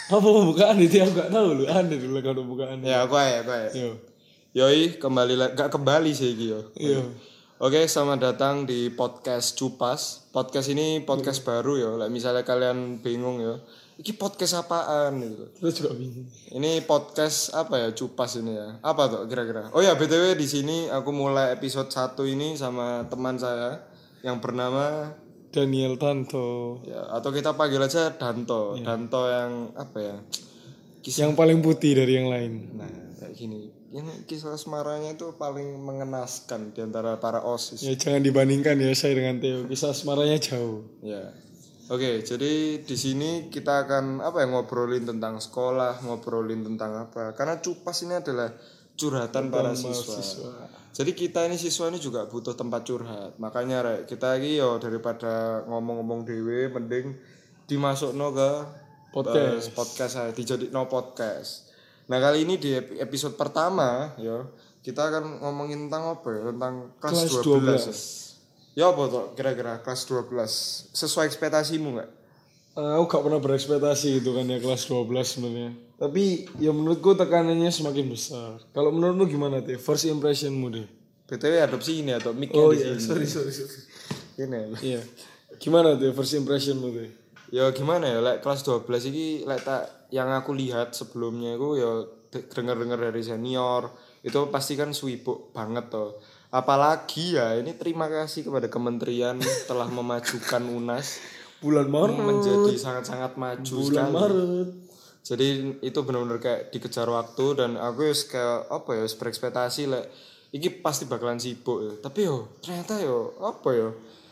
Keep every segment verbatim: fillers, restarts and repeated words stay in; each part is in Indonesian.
Apa pembukaan itu aku gak tahu lu. Aneh dulu kalau pembukaan. Ya aku aja, aku aja. Yo. Yoi, kembali lagi, gak kembali sih iki yo. Iya. Oke, selamat datang di podcast Cupas. Podcast ini podcast hmm. baru ya. Like, misalnya kalian bingung ya, iki podcast apaan gitu. Terus juga bingung. Ini podcast apa ya, Cupas ini ya. Apa tuh kira-kira? Oh ya, B T W di sini aku mulai episode satu ini sama teman saya yang bernama Daniel Tanto. Ya, atau kita panggil aja Danto. Ya. Danto yang apa ya? Kisah. Yang paling putih dari yang lain. Nah, kayak gini. Ini kisah asmaranya itu paling mengenaskan di antara para OSIS. Ya jangan dibandingkan ya saya dengan Theo. Kisah asmaranya jauh. Ya. Oke, jadi di sini kita akan apa ya, ngobrolin tentang sekolah, ngobrolin tentang apa? Karena Cupas ini adalah curhatan para siswa. siswa. Jadi kita ini siswa ini juga butuh tempat curhat. Makanya Rek, kita lagi yo daripada ngomong-ngomong dewe mending dimasukno ke podcast, uh, podcast saya dijadikno podcast. Nah, kali ini di episode pertama yo kita akan ngomongin tentang apa ya? Tentang kelas, kelas dua belas. Ya. Ya apa tuh kira-kira kelas dua belas sesuai ekspektasimu enggak? Uh, aku gak pernah berekspektasi gitu kan ya kelas dua belas sebenarnya. Tapi ya menurutku tekanannya semakin besar. Kalau menurutmu gimana teh? First impressionmu deh. B T W adopsi ini atau mic-nya oh, di iya, sini. sorry sorry sorry. Ini. Iya. Gimana teh first impressionmu deh? Ya gimana ya, like kelas dua belas ini like tak yang aku lihat sebelumnya itu ya dengar-dengar dari senior, itu pasti kan swibuk banget toh. Apalagi ya ini terima kasih kepada kementerian telah memajukan U N A S bulan Maret menjadi sangat-sangat maju bulan sekali. Maret. Jadi itu benar-benar kayak dikejar waktu dan aku ya kayak apa ya berekspektasi lah, like, ini pasti bakalan sibuk ya. Tapi yo ternyata yo apa yo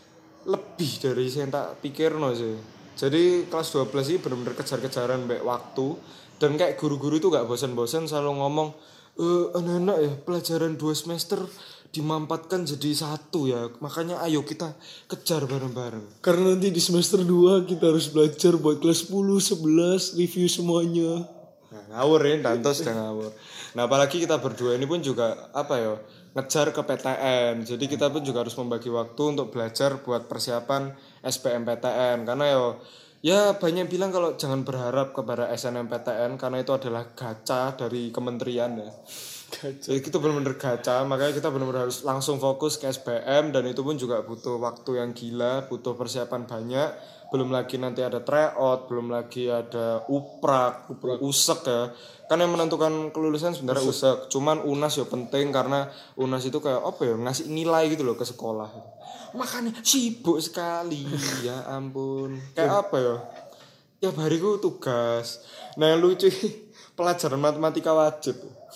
lebih dari yang tak pikirno sih. Jadi kelas dua belas ini benar-benar kejar-kejaran mbak waktu dan kayak guru-guru itu gak bosan-bosan selalu ngomong e, anak-anak ya pelajaran dua semester dimampatkan jadi satu ya, makanya ayo kita kejar bareng-bareng. Karena nanti di semester dua kita harus belajar buat kelas sepuluh, sebelas, review semuanya. Nah, ngawur ya, Danto sudah ngawur. Nah apalagi kita berdua ini pun juga apa ya, ngejar ke P T N. Jadi kita pun juga harus membagi waktu untuk belajar buat persiapan S B M P T N. Karena yo ya banyak bilang kalau jangan berharap kepada S N M P T N karena itu adalah gacha dari kementerian ya. Jadi itu benar-benar gacha, makanya kita benar-benar harus langsung fokus ke S B M dan itu pun juga butuh waktu yang gila, butuh persiapan banyak. Belum lagi nanti ada tryout, belum lagi ada uprak, uprak. usek ya. Kan yang menentukan kelulusan sebenarnya usek. usek. Cuman U N A S ya penting karena U N A S itu kayak apa ya, ngasih nilai gitu loh ke sekolah. Makanya sibuk sekali, ya ampun. Kayak apa ya? Tiap hari gue tugas. Nah lucu pelajaran matematika wajib.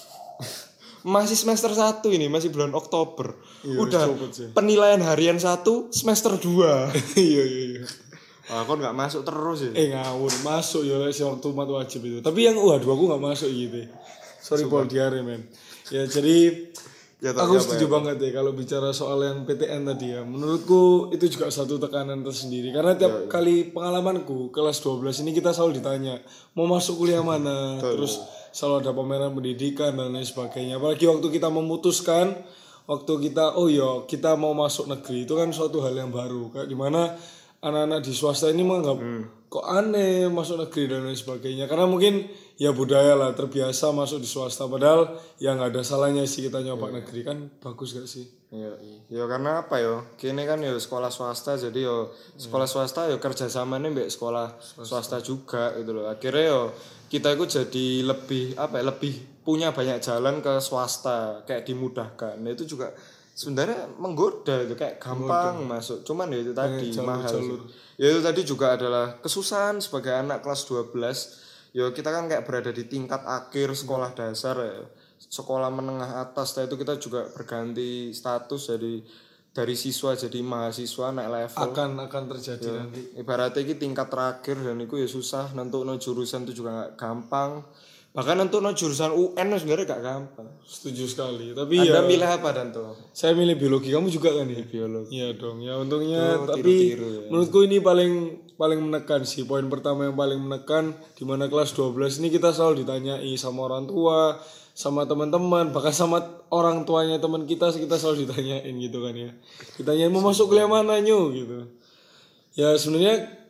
Masih semester satu ini, masih bulan Oktober. Iya, udah penilaian harian satu semester dua. Iya iya iya. Ah, kok enggak masuk terus ya? Eh ngawur, masuk ya si waktu mat wajib itu. Tapi yang U A dua aku enggak masuk gitu. Sorry Paul diare men. Ya jadi ya, aku setuju ya, banget ya kalau bicara soal yang P T N tadi ya. Menurutku itu juga satu tekanan tersendiri karena tiap ya, ya. kali pengalamanku kelas dua belas ini kita selalu ditanya mau masuk kuliah mana, terus selalu ada pameran pendidikan dan lain sebagainya. Apalagi waktu kita memutuskan, waktu kita oh yo kita mau masuk negeri itu kan suatu hal yang baru. Kayak dimana anak-anak di swasta ini menganggap hmm. kok aneh masuk negeri dan lain sebagainya. Karena mungkin ya budaya lah terbiasa masuk di swasta. Padahal ya nggak ada salahnya sih kita nyoba yeah. negeri kan bagus gak sih? Iya, iya. Ya karena apa yo? Kini kan yo sekolah swasta jadi yo sekolah swasta yo kerjasamanya mbak sekolah swasta. swasta juga gitu loh. Akhirnya yo kita itu jadi lebih apa ya, lebih punya banyak jalan ke swasta kayak dimudahkan. Nah itu juga sebenarnya menggoda itu kayak gampang menggoda. masuk. Cuman ya itu tadi eh, mahal. Jalur. Ya itu tadi juga adalah kesusahan sebagai anak kelas dua belas. Ya kita kan kayak berada di tingkat akhir sekolah dasar ya. Sekolah menengah atas. Nah itu kita juga berganti status jadi dari siswa jadi mahasiswa naik level akan akan terjadi ya, nanti. Ibaratnya ini tingkat terakhir dan itu ya susah. Nentukno jurusan itu juga gak gampang. Bahkan nentukno jurusan U N sebenarnya gak gampang. Setuju sekali. Tapi Anda ya, milih apa Danto? Saya milih biologi. Kamu juga kan ya? Biologi. Iya dong. Ya untungnya oh, tapi tiru-tiru, ya. Menurutku ini paling paling menekan sih. Poin pertama yang paling menekan di mana kelas dua belas ini kita selalu ditanyai sama orang tua, sama teman-teman, bahkan sama orang tuanya teman kita kita selalu ditanyain gitu kan ya. Ditanyain mau masuk kuliah mana nyu gitu. Ya sebenarnya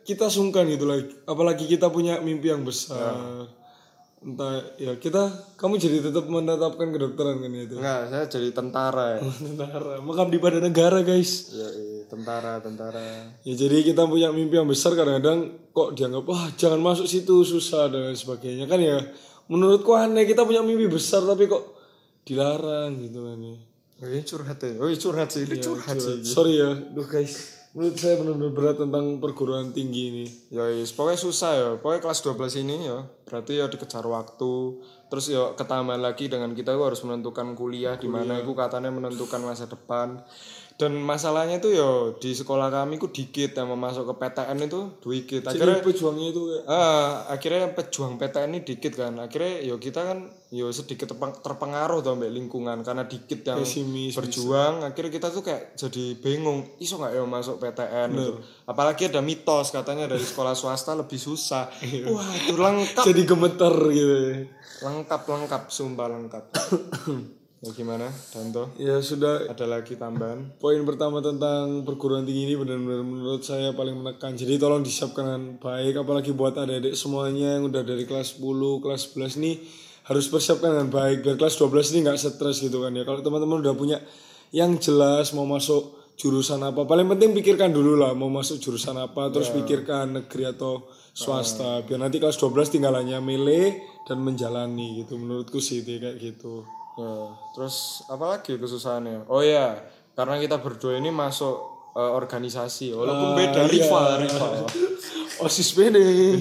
kita sungkan gitu lah. Apalagi kita punya mimpi yang besar. Ya. Entah ya kita kamu jadi tetap menetapkan kedokteran kan itu. Enggak, saya jadi tentara ya. Tentara. Mengabdi pada negara, guys. Ya, iya, tentara, tentara. Ya jadi kita punya mimpi yang besar kadang-kadang kok dianggap wah jangan masuk situ susah dan lain sebagainya kan ya. Menurutku aneh kita punya mimpi besar tapi kok dilarang gitu kan ya. Oh, ini curhat ya. Oh, ini curhat sih, ini ya, curhat, curhat sih. Sorry ya, duh guys. Menurut saya benar-benar berat tentang perguruan tinggi ini. Ya, yes, pokoknya susah ya. Pokoknya kelas dua belas ini ya, berarti ya dikejar waktu. Terus ya ketambahan lagi dengan kita harus menentukan kuliah, kuliah. Di mana itu katanya menentukan masa depan. Dan masalahnya itu ya di sekolah kami ku dikit yang masuk ke P T N itu dikit. Akhirnya jadi pejuangnya itu kayak ah, akhirnya pejuang P T N ini dikit kan. Akhirnya ya kita kan ya sedikit terpengaruh tuh mbak lingkungan karena dikit yang pesimis, berjuang. Bisa. Akhirnya kita tuh kayak jadi bingung, iso nggak ya masuk P T N gitu. Apalagi ada mitos katanya dari sekolah swasta lebih susah. Wah, itu lengkap. Jadi gemeter gitu. Lengkap lengkap sumpah lengkap. Ya gimana, Danto? Ya sudah. Ada lagi tambahan. Poin pertama tentang perguruan tinggi ini benar-benar menurut saya paling menekan. Jadi tolong disiapkan dengan baik, apalagi buat adik-adik semuanya yang udah dari kelas sepuluh, kelas sebelas nih harus persiapkan dengan baik biar kelas dua belas ini nggak stres gitu kan ya. Kalau teman-teman udah punya yang jelas mau masuk jurusan apa, paling penting pikirkan dulu lah mau masuk jurusan apa, terus yeah. pikirkan negeri atau swasta. Biar nanti kelas dua belas tinggal hanya milih dan menjalani gitu. Menurutku sih kayak gitu. Ya, terus apa lagi kesusahannya? Oh ya, karena kita berdua ini masuk uh, organisasi, walaupun uh, beda iya. rival, rival. OSIS P D.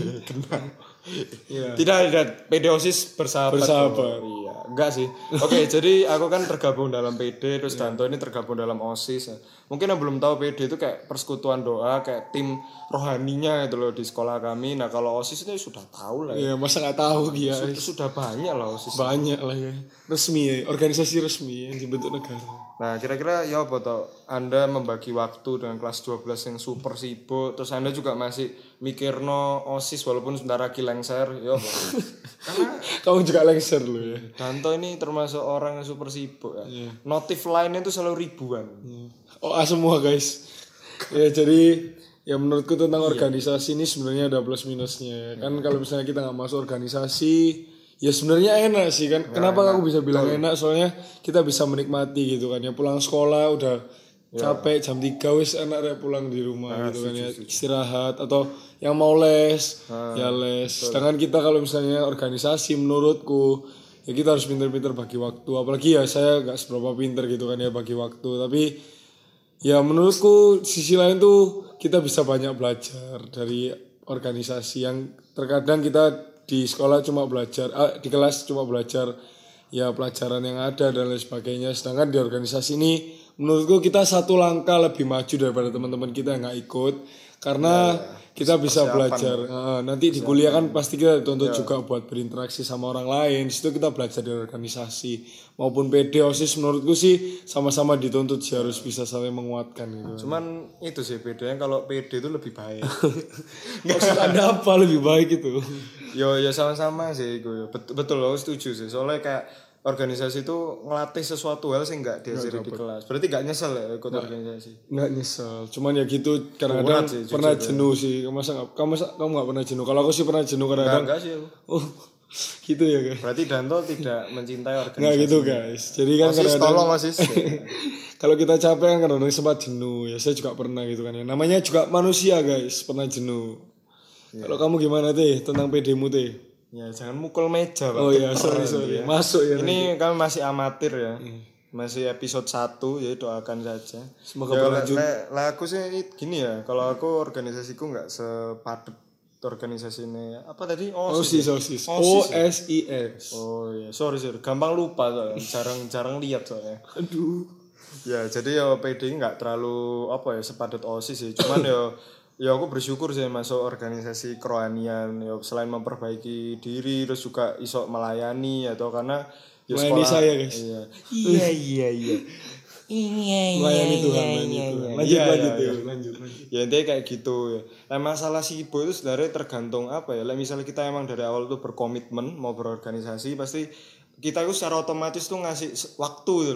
Ya. Tidak ada P D OSIS bersahabat. Bersahabat. Oh, iya, enggak sih. Oke, okay, jadi aku kan tergabung dalam P D, terus yeah. Danto ini tergabung dalam OSIS. Ya. Mungkin yang belum tahu P D itu kayak persekutuan doa, kayak tim rohaninya itu loh di sekolah kami. Nah, kalau OSIS ini sudah tahu lah. Iya, ya, masa nggak tahu dia. Sudah, sudah banyak lah OSIS. Banyak lah ya. Resmi ya, organisasi resmi yang dibentuk negara. Nah, kira-kira ya apa toh? Anda membagi waktu dengan kelas dua belas yang super sibuk, terus Anda juga masih mikirno OSIS walaupun sebentar lagi lengser, ya apa? Karena kamu juga lengser loh ya. Danto ini termasuk orang yang super sibuk ya. Yeah. Notif lainnya itu selalu ribuan. Yeah. Oh, ah, semua guys. Ya jadi ya menurutku tentang yeah. organisasi ini sebenarnya ada plus minusnya. Kan yeah. kalau misalnya kita nggak masuk organisasi, ya sebenarnya enak sih kan. Ya, kenapa enak. Aku bisa bilang Betul. enak? Soalnya kita bisa menikmati gitu kan ya. Pulang sekolah udah ya. capek jam tiga wis enak ya pulang di rumah nah, gitu kan ya. Istirahat atau yang mau les nah, ya les. Betul. Sedangkan kita kalau misalnya organisasi menurutku ya kita harus pinter-pinter bagi waktu. Apalagi ya saya gak seberapa pinter gitu kan ya bagi waktu. Tapi ya menurutku sisi lain tuh kita bisa banyak belajar dari organisasi yang terkadang kita di sekolah cuma belajar, ah, di kelas cuma belajar ya pelajaran yang ada dan lain sebagainya. Sedangkan di organisasi ini menurutku kita satu langkah lebih maju daripada teman-teman kita yang nggak ikut karena ya, kita bisa belajar. Uh, nanti di kuliah kan pasti kita dituntut ya. juga buat berinteraksi sama orang lain. Di situ kita belajar di organisasi maupun P D OSIS menurutku sih sama-sama dituntut sih harus bisa saling menguatkan gitu. Cuman itu sih bedanya kalau P D itu lebih baik. Maksud Anda apa lebih baik itu? Yo ya sama-sama sih gue. Betul betul loh setuju sih. Soalnya kayak organisasi itu ngelatih sesuatu hal sih nggak diajari di kelas. Berarti nggak nyesel ya ikut nggak, organisasi? Nggak nyesel. Cuman ya gitu kadang-kadang sih, pernah jenuh ya. sih. Masa nggak? Kamu kamu nggak pernah jenuh? Kalau aku sih pernah jenuh kadang-kadang. Nggak, nggak sih aku. Oh gitu ya guys. Berarti Danto tidak mencintai organisasi. Nggak gitu guys. Jadi kan Osis, tolong Osis. Kalau kita capek kan kadang-kadang sempat jenuh. Ya saya juga pernah gitu kan ya. Namanya juga manusia guys. Pernah jenuh. Ya. Kalau kamu gimana teh tentang P D-mu teh? Ya jangan mukul meja Pak. Oh iya sorry sorry ya. Masuk ya. Ini nanti. Kami masih amatir ya. Hmm. Masih episode satu ya doakan saja. Semoga ya, berlanjut. Lah aku sih gini ya. Kalau aku organisasiku nggak sepadet organisasi ini apa tadi? OSIS OSIS. O S I S. Oh iya sorry sorry. Gampang lupa soalnya. Jarang-jarang lihat soalnya. Aduh. Ya jadi ya P D nggak terlalu apa ya sepadet OSIS sih. Cuman ya ya aku bersyukur sih masuk organisasi kerohanian ya selain memperbaiki diri terus juga iso melayani atau karena ya melayani sekolah saya guys iya iya iya iya iya melayani Tuhan melayani Tuhan lanjut lanjut lanjut ya intinya kayak gitu ya. Nah, masalah sibuk itu sebenarnya tergantung apa ya. Like, misalnya kita emang dari awal tuh berkomitmen mau berorganisasi pasti kita itu secara otomatis tuh ngasih waktu gitu loh.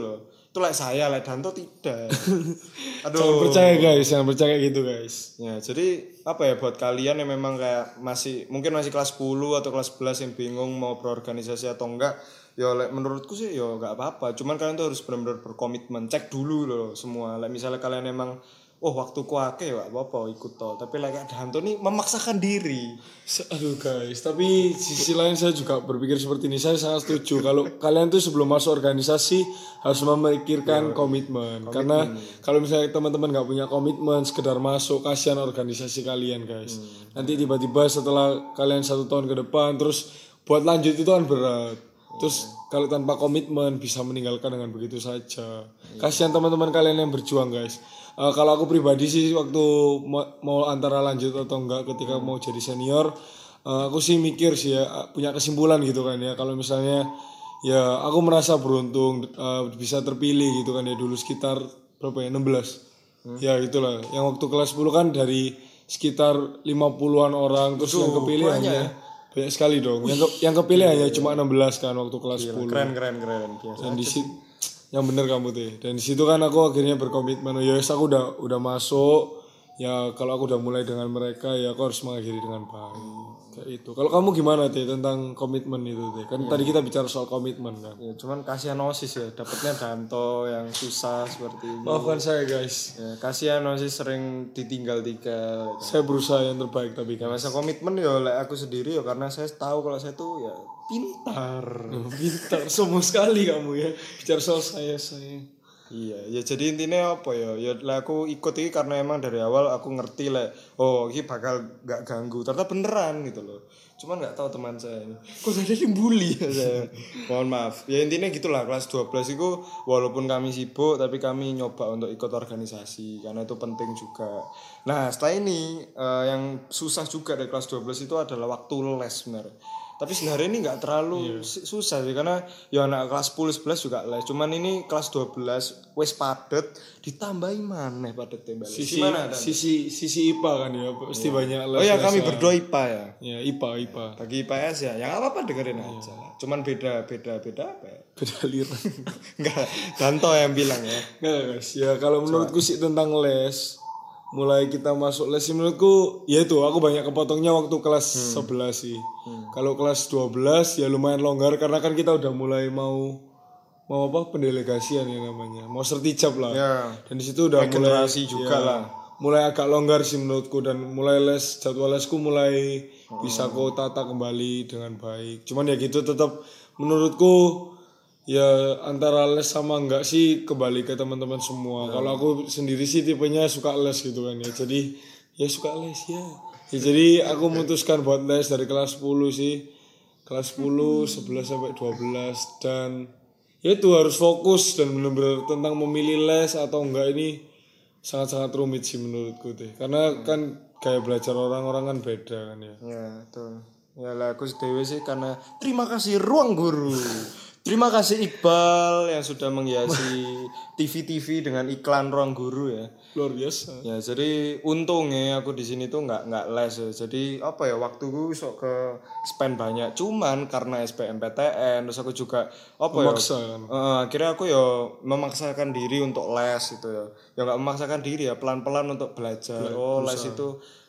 Itu lek saya, lek Danto tidak. Aduh. Jangan percaya guys, jangan percaya gitu guys. Ya, jadi apa ya buat kalian yang memang kayak masih mungkin masih kelas sepuluh atau kelas sebelas yang bingung mau berorganisasi atau enggak, ya lek menurutku sih ya enggak apa-apa. Cuman kalian tuh harus benar-benar berkomitmen, cek dulu loh semua. Lek misalnya kalian emang oh waktuku akeh ya apa-apa ikut tol, tapi lek Danto nih memaksakan diri. Aduh guys, tapi sisi lain saya juga berpikir seperti ini. Saya sangat setuju kalau kalian tuh sebelum masuk organisasi harus memikirkan ya, komitmen. komitmen. Karena kalau misalnya teman-teman nggak punya komitmen, sekedar masuk, kasihan organisasi kalian guys. Hmm. Nanti tiba-tiba setelah kalian satu tahun ke depan, terus buat lanjut itu kan berat. Terus hmm. kalau tanpa komitmen bisa meninggalkan dengan begitu saja. Hmm. Kasihan teman-teman kalian yang berjuang guys. Uh, kalau aku pribadi sih waktu mau, mau antara lanjut atau enggak ketika hmm. mau jadi senior, uh, aku sih mikir sih ya punya kesimpulan gitu kan ya. Kalau misalnya ya aku merasa beruntung uh, bisa terpilih gitu kan ya dulu sekitar berapa ya enam belas. Hmm. Ya itulah. Yang waktu kelas sepuluh kan dari sekitar lima puluhan orang terus Tuh, yang kepilih hanya ya? Banyak sekali dong. Wih, yang ke, yang kepilih hanya cuma enam belas kan waktu kelas sepuluh. Keren keren keren. Biasa Dan di situ yang bener kamu tuh. Dan di situ kan aku akhirnya berkomitmen. Ya wes aku udah udah masuk. Ya kalau aku udah mulai dengan mereka ya aku harus mengakhiri dengan baik. Hmm. Kayak itu. Kalau kamu gimana teh tentang komitmen itu teh? Kan ya. Tadi kita bicara soal komitmen kan. Ya cuman kasihan OSIS ya, dapatnya Danto yang susah seperti ini. Maafkan saya guys. Ya, kasihan OSIS sering ditinggal-tinggal. Saya berusaha yang terbaik tapi ya masa komitmen ya oleh aku sendiri ya karena saya tahu kalau saya tuh ya pintar. Oh, pintar semua sekali kamu ya. Bicara soal saya saya. Iya, ya jadi intinya apa ya? Ya lah aku ikut ini karena emang dari awal aku ngerti lah. Oh, ini bakal gak ganggu. Ternyata beneran gitu loh. Cuman nggak tahu teman saya ini. Kok ada yang bully ya saya. Mohon maaf. Ya intinya gitulah kelas dua belas itu walaupun kami sibuk tapi kami nyoba untuk ikut organisasi karena itu penting juga. Nah, setelah ini uh, yang susah juga dari kelas dua belas itu adalah waktu les sebenarnya. Tapi sebenarnya ini nggak terlalu yeah. susah sih karena ya anak kelas sepuluh sebelas juga les. Cuman ini kelas dua belas wes padet ditambahin mana padet tembak. Sisi mana sisi sisi I P A kan ya pasti yeah. banyak les. Oh ya kami berdua I P A ya. Ya I P A I P A. Bagi I P S ya. Yang apa-apa dengerin yeah. aja. Cuman beda beda beda apa ya? Beda aliran. Enggak. Danto yang bilang ya. Enggak guys. Ya kalau menurutku sih tentang les mulai kita masuk les sih menurutku ya itu aku banyak kepotongnya waktu kelas hmm. sebelas sih. Hmm. Kalau kelas dua belas ya lumayan longgar karena kan kita udah mulai mau mau apa pendelegasian ya namanya. Mau sertijab lah. Ya. Dan di situ udah mulai juga ya, lah. Mulai agak longgar sih menurutku dan mulai les jadwal lesku mulai hmm. bisa aku tata kembali dengan baik. Cuman ya gitu tetap menurutku ya antara les sama enggak sih kembali ke teman-teman semua. Ya. Kalau aku sendiri sih tipenya suka les gitu kan ya. Jadi ya suka les ya. Ya jadi aku memutuskan buat les dari kelas sepuluh sih. Kelas sepuluh, sebelas sampai dua belas dan ya itu harus fokus dan benar-benar tentang memilih les atau enggak ini sangat-sangat rumit sih menurutku deh. Karena hmm. kan kayak belajar orang-orang kan beda kan ya. Ya, betul. Ya lah aku dewe sih karena terima kasih Ruang Guru. Terima kasih Iqbal yang sudah menghiasi T V-T V dengan iklan Ruang Guru ya. Luar biasa. Ya, jadi untungnya aku di sini tuh nggak nggak les ya. Jadi apa ya waktuku sok ke spend banyak. Cuman karena S B M P T N terus aku juga apa memaksa, ya? Kan? Uh, akhirnya aku ya memaksakan diri untuk les gitu ya. Ya nggak memaksakan diri ya pelan-pelan untuk belajar. Bela- oh les itu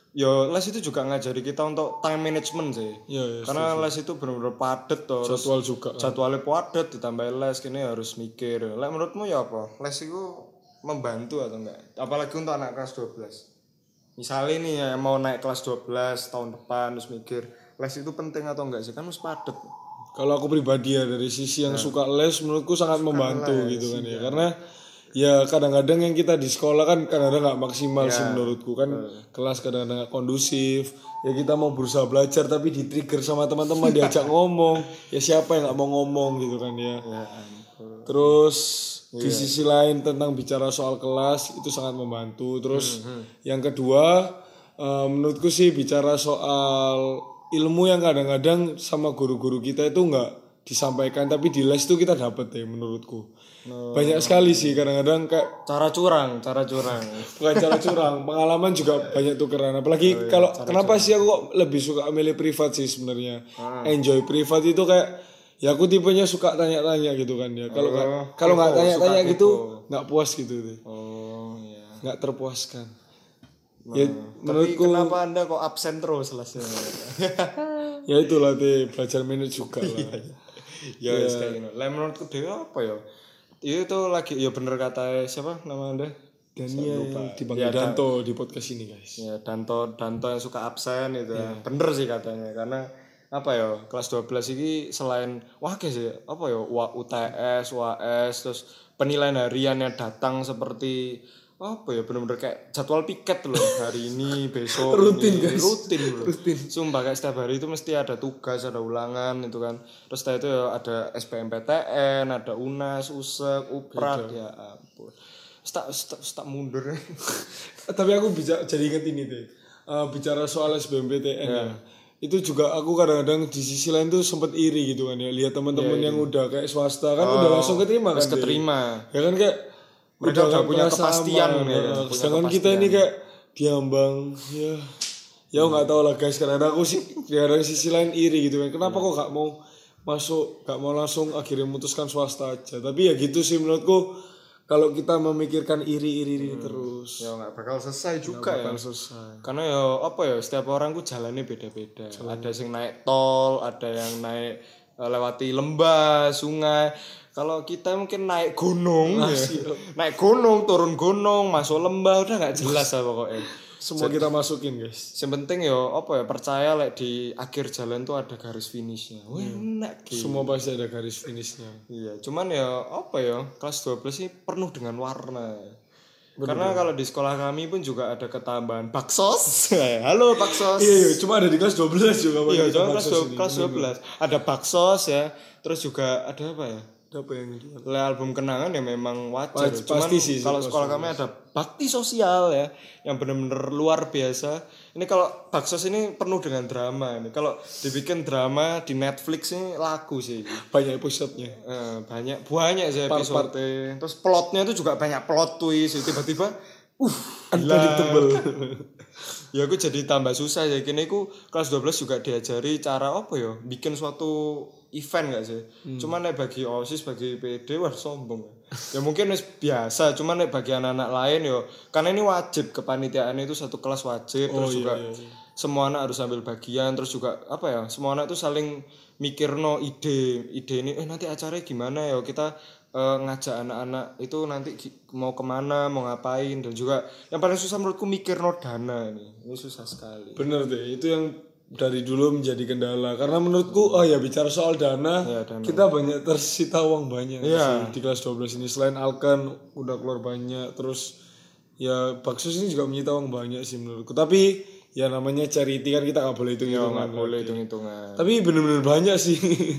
yo les itu juga ngajari kita untuk time management sih. Ya, ya, karena setuju. Les itu benar-benar padat toh. Jadwal juga. Jadwalnya padat ditambah les kini harus mikir. Lek menurutmu ya apa? Les itu membantu atau enggak? Apalagi untuk anak kelas dua belas. Misalnya nih ya mau naik kelas dua belas tahun depan terus mikir, les itu penting atau enggak sih? Kan harus padat. Kalau aku pribadi ya dari sisi yang nah. suka les menurutku sangat suka membantu les, gitu kan ya. ya. Karena ya kadang-kadang yang kita di sekolah kan kadang-kadang nggak maksimal ya, sih menurutku kan uh. kelas kadang-kadang nggak kondusif ya kita mau berusaha belajar tapi di trigger sama teman-teman diajak ngomong ya siapa yang nggak mau ngomong gitu kan ya, ya terus yeah. di sisi lain tentang bicara soal kelas itu sangat membantu terus mm-hmm. yang kedua uh, menurutku sih bicara soal ilmu yang kadang-kadang sama guru-guru kita itu nggak disampaikan tapi di les itu kita dapat ya menurutku. No. Banyak sekali sih kadang-kadang kayak cara curang, cara curang. Bukan cara curang, pengalaman juga banyak tukeran. Apalagi oh, iya, kalau kenapa curang. Sih aku kok lebih suka milih privat sih sebenarnya. Ah. Enjoy privat itu kayak Ya aku tipenya suka tanya-tanya gitu kan ya. Kalau nggak Oh, kalau nggak kepo, tanya-tanya suka gitu kepo. nggak puas gitu deh. Oh iya. Nggak terpuaskan. Nah, Ya tapi menurutku kenapa anda kok absen terus kelasnya? ya itulah deh belajar manage juga lah. Ya wis kayak gini. Lah menurutku dhewe apa ya? Itu tuh lagi ya bener kata siapa nama anda? Dania yang dipanggil Ya, Danto di podcast ini guys. Ya Danto Danto yang suka absen itu ya. Bener sih katanya karena apa ya kelas dua belas ini selain wah kayak sih apa ya wa- U T S, U A S terus penilaian hariannya datang seperti apa ya bener-bener kayak jadwal piket loh hari ini besok Rutin, ini. guys. rutin loh. rutin sumpah kayak setiap hari itu mesti ada tugas ada ulangan itu kan terus setelah itu ya ada S B M P T N ada U N A S U S E K UPRAT ya ampun tak tak mundur. Tapi aku bisa jadi inget ini deh. Uh, bicara soal S B M P T N ya. Itu juga aku kadang-kadang di sisi lain tuh sempet iri gitu kan ya. Lihat teman-teman yang udah kayak swasta kan udah langsung keterima kan. keterima. Ya kan kayak Mereka udah punya merasa kepastian aman, ya, nah, punya sedangkan kita ini kayak diambang ya. Ya nggak tahu lah guys karena aku sih kadang sisi lain iri gitu kan. Kenapa kok gak mau masuk, gak mau langsung akhirnya memutuskan swasta aja. Tapi ya gitu sih menurutku. Kalau kita memikirkan iri-iri hmm. terus ya nggak bakal selesai juga bakal ya selesai. Karena ya apa ya setiap orang ku jalannya beda-beda Jalan. Ada yang naik tol ada yang naik lewati lembah sungai kalau kita mungkin naik gunung ya. Naik gunung turun gunung masuk lembah udah nggak jelas lah pokoknya semua kita masukin guys. Yang penting ya apa ya percaya like, di akhir jalan tuh ada garis finishnya. Wah hmm. enak gitu. Semua pasti ada garis finishnya. Iya, cuman ya apa ya kelas dua belas ini penuh dengan warna. Bener, karena kalau di sekolah kami pun juga ada ketambahan baksos. Halo baksos. Iya, iya, cuma ada di kelas dua belas juga. Iya, cuma kelas dua, kelas dua belas ada baksos ya. Terus juga ada apa ya? Apa yang itu? Album kenangan ya memang wajar. Pasti, cuman pasti sih. Kalau sekolah kami ada bakti sosial ya, yang benar-benar luar biasa. Ini kalau baksos ini penuh dengan drama ini. Kalau dibikin drama di Netflix ini laku sih. Banyak episodenya. Eh, banyak banyak sih episode. Terus plotnya itu juga banyak plot twist. Tiba-tiba, uh, unpredictable. Ya aku jadi tambah susah ya. Kini aku kelas dua belas juga diajari cara apa ya? Bikin suatu event gak sih? Hmm. Cuman nek bagi OSIS, bagi P D wah sombong. Ya mungkin wis biasa, cuman nek bagi anak-anak lain yo karena ini wajib kepanitiaan itu satu kelas wajib oh, terus iya, juga iya, iya. Semua anak harus ambil bagian terus juga apa ya? Semua anak tuh saling mikirno ide, ide ini eh nanti acaranya gimana ya? Kita uh, ngajak anak-anak itu nanti mau kemana, mau ngapain dan juga yang paling susah menurutku mikirno dana ini. Ini susah sekali. Bener deh, itu yang dari dulu menjadi kendala karena menurutku oh ya bicara soal dana, ya, dana. Kita banyak tersita uang banyak ya. Sih, di kelas dua belas ini selain Alkan udah keluar banyak terus ya baksos ini juga menyita uang banyak sih menurutku tapi ya namanya charity kan kita nggak boleh hitung hitungan nggak boleh hitung hitungan tapi bener-bener banyak sih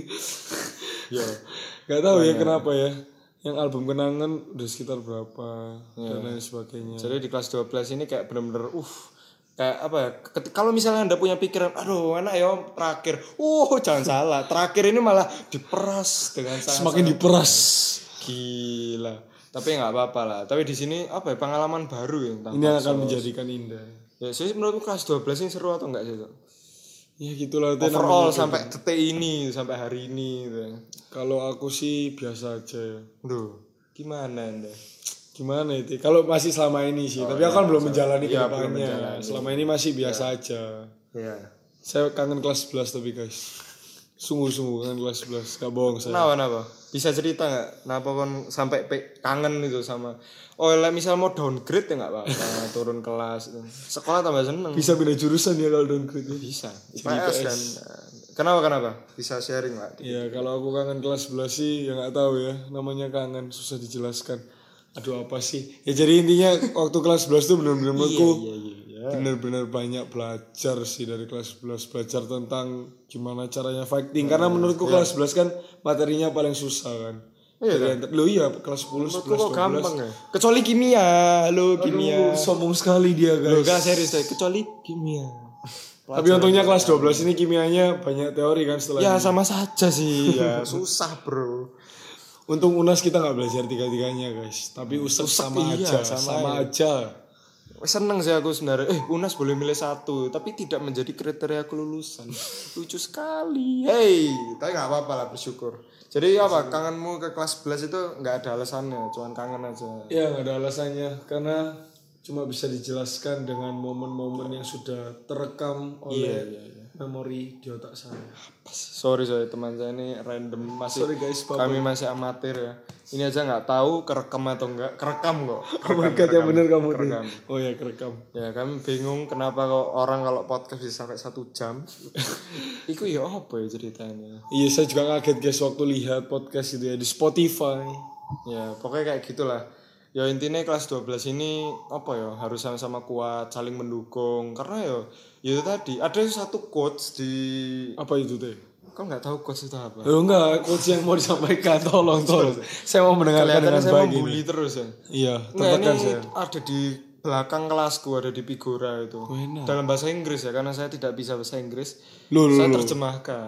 ya nggak tahu banyak. Ya kenapa ya yang album kenangan udah sekitar berapa ya. Dan lain sebagainya jadi di kelas dua belas ini kayak bener-bener uh kayak apa ya kalau misalnya anda punya pikiran aduh enak ya terakhir uh jangan salah terakhir ini malah diperas dengan sangat semakin diperas gila tapi nggak apa-apa lah tapi di sini apa ya pengalaman baru ya tentang ini akan menjadikan indah ya sih menurutku kelas dua belas ini seru atau enggak sih tuh ya gitulah overall sampai detik ini sampai hari ini gitu. Kalau aku sih biasa aja ya duh gimana anda gimana itu kalau masih selama ini sih oh, tapi aku kan ya, belum menjalani ya, kedepannya selama ini masih biasa ya. Aja ya. Saya kangen kelas sebelas tapi guys sungguh-sungguh kangen kelas sebelas gak bohong saya kenapa kenapa bisa cerita nggak kenapa kon sampai kangen itu sama oh lah misal mau downgrade ya nggak apa-apa turun kelas sekolah tambah seneng bisa pindah jurusan ya kalau downgrade ya? Bisa I P S kan kenapa kenapa bisa sharing lah ya kalau aku kangen kelas sebelas sih ya nggak tahu ya namanya kangen susah dijelaskan aduh apa sih ya jadi intinya waktu kelas sebelas tuh benar-benar menurutku iya, iya, iya. benar-benar banyak belajar sih dari kelas sebelas belajar tentang gimana caranya fighting hmm, karena menurutku iya. Kelas sebelas kan materinya paling susah kan iya kan lo iya kelas sepuluh sebelas dua belas gampang ya kecuali kimia lo kimia aduh, sombong sekali dia guys lo gak serius deh kecuali kimia tapi untungnya kelas dua belas ini kimianya banyak teori kan setelah ya ini. Sama saja sih ya susah bro. Untung U N A S kita nggak belajar tiga-tiganya guys, tapi U S E K sama iya, aja, sama, sama ya. aja. seneng sih aku sebenarnya. Eh, UNAS boleh milih satu, tapi tidak menjadi kriteria kelulusan. Lucu sekali. Hey, tapi nggak apa-apa lah, bersyukur. Jadi apa? Kangenmu ke kelas sebelas itu nggak ada alasannya, cuman kangen aja. Ya nggak ada alasannya karena cuma bisa dijelaskan dengan momen-momen yang sudah terekam oleh Iya, iya, iya. memori di otak saya. Sorry sorry teman saya ini random masih. Sorry guys, Papa. Kami masih amatir ya. Ini aja nggak tahu kerekam atau enggak. Kerekam kok. Oh my god, yang bener kamu tuh. Kerekam. Oh ya, kerekam. Ya kami bingung kenapa kok orang kalau podcast bisa sampai satu jam. Iku ya apa ya ceritanya? Iya, saya juga kaget guys waktu lihat podcast itu ya di Spotify. Ya pokoknya kayak gitulah. Ya intinya kelas dua belas ini apa ya, harus sama-sama kuat, saling mendukung. Karena ya ya itu tadi ada satu quotes di Apa itu teh? kau nggak tahu quotes itu apa? Oh enggak, quotes yang mau disampaikan, tolong tolong. Saya mau mendengarkan Kelihatannya dengan saya baik membuli ini. terus ya. Iya, Nggak, tebakan ini saya. ada di belakang kelasku, ada di Figura itu. enak. Dalam bahasa Inggris ya, karena saya tidak bisa bahasa Inggris. Loh, loh, saya loh. terjemahkan.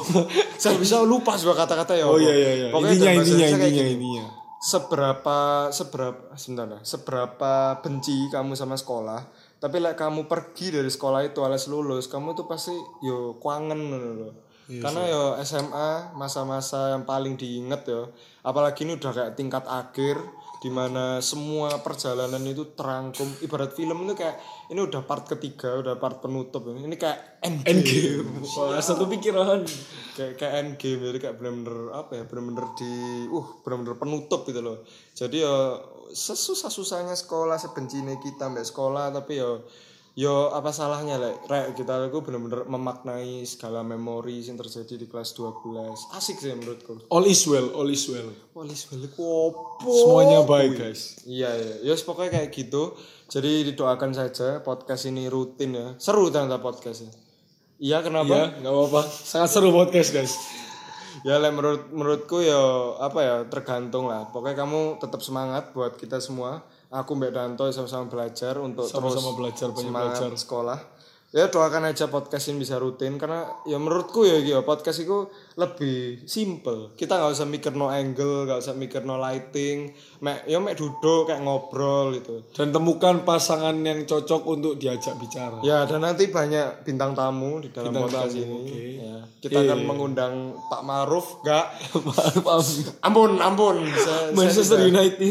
saya bisa lupa sebuah kata-kata ya. Oh apa. iya iya iya. Pokoknya Intinya dalam bahasa intinya Indonesia kayak intinya gini. intinya. Seberapa seberapa sebentar lah, seberapa benci kamu sama sekolah, tapi like kamu pergi dari sekolah itu alias lulus, kamu tuh pasti yo kuangen loh. Iya, Karena yo S M A masa-masa yang paling diinget yo. Apalagi ini udah kayak tingkat akhir di mana semua perjalanan itu terangkum, ibarat film itu kayak ini udah part ketiga, udah part penutup ini, ini kayak end game. Endgame. Wah, satu pikiran. kayak kayak end game, jadi kayak bener-bener apa ya, bener-bener di uh bener-bener penutup gitu loh. Jadi ya sesusah-susahnya sekolah, sebencinya kita mbak sekolah, tapi ya yo apa salahnya lah, rek kita aku bener-bener memaknai segala memori yang terjadi di kelas dua belas. Asik sih menurutku. All is well, all is well. Walis balik opo. Semuanya baik, guys. Iya iya, ya pokoknya kayak gitu. Jadi didoakan saja podcast ini rutin ya. Seru ternyata podcastnya. Iya kenapa? Iya, enggak apa-apa. Sangat seru podcast, guys. Ya lah menurut menurutku ya apa ya, tergantung lah. Pokoknya kamu tetap semangat buat kita semua. Aku Mbak Danto sama-sama belajar untuk Sama-sama terus belajar, banyak semangat belajar. sekolah. Ya doakan aja podcast ini bisa rutin, karena ya menurutku ya gitu, podcast itu lebih simple. Kita nggak usah mikir no angle, nggak usah mikir no lighting, mek ya mek duduk kayak ngobrol gitu. Dan temukan pasangan yang cocok untuk diajak bicara. Ya dan nanti banyak bintang tamu di dalam Bintang podcast tamu, ini. oke. Ya, kita akan mengundang Pak Maruf, enggak? Maaf, Ampun, ampun. Saya- saya Manchester tidak- United,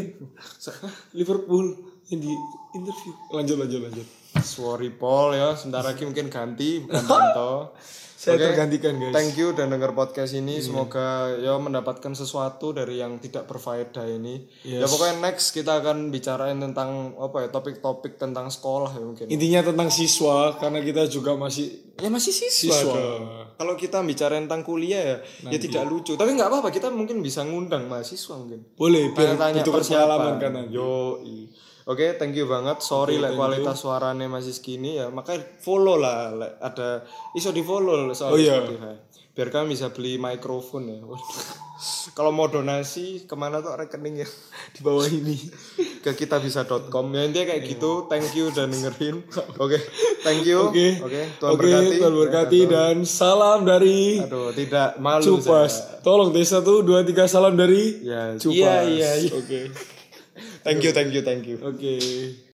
Liverpool yang di interview. Lanjut lanjut lanjut. Sorry Paul ya, sebentar lagi mungkin ganti bukan Danto. Saya Oke, tergantikan, guys. Thank you dan denger podcast ini, semoga ya mendapatkan sesuatu dari yang tidak berfaedah ini. Ya Yes. pokoknya next kita akan bicarain tentang apa ya, topik-topik tentang sekolah ya mungkin. Intinya tentang siswa karena kita juga masih Ya masih siswa, Siswa. dong. Kalau kita bicara tentang kuliah ya, ya tidak lucu. Tapi nggak apa-apa, kita mungkin bisa ngundang mahasiswa mungkin. boleh biar Tanya-tanya bentuk pengalaman persiapan. kan nanti. Yo, oke, thank you banget. Sorry lah kualitas suaranya masih segini ya. Makanya follow lah, like, ada iso di follow soal Oh, iya. Spotify. Biar kami bisa beli mikrofon ya. Waduh. Kalau mau donasi kemana tuh rekeningnya? Di bawah ini. Ke kitabisa dot com. Ya intinya kayak gitu. Thank you dan dengerin. Oke, thank you. Oke. Oke, Tuhan Oke, berkati. Tuhan berkati dan salam dari Aduh, tidak malu Cupas. saya. Tolong deh satu dua tiga salam dari Ya, Cupas. iya, iya, iya. Oke. Thank you, thank you, thank you. Oke.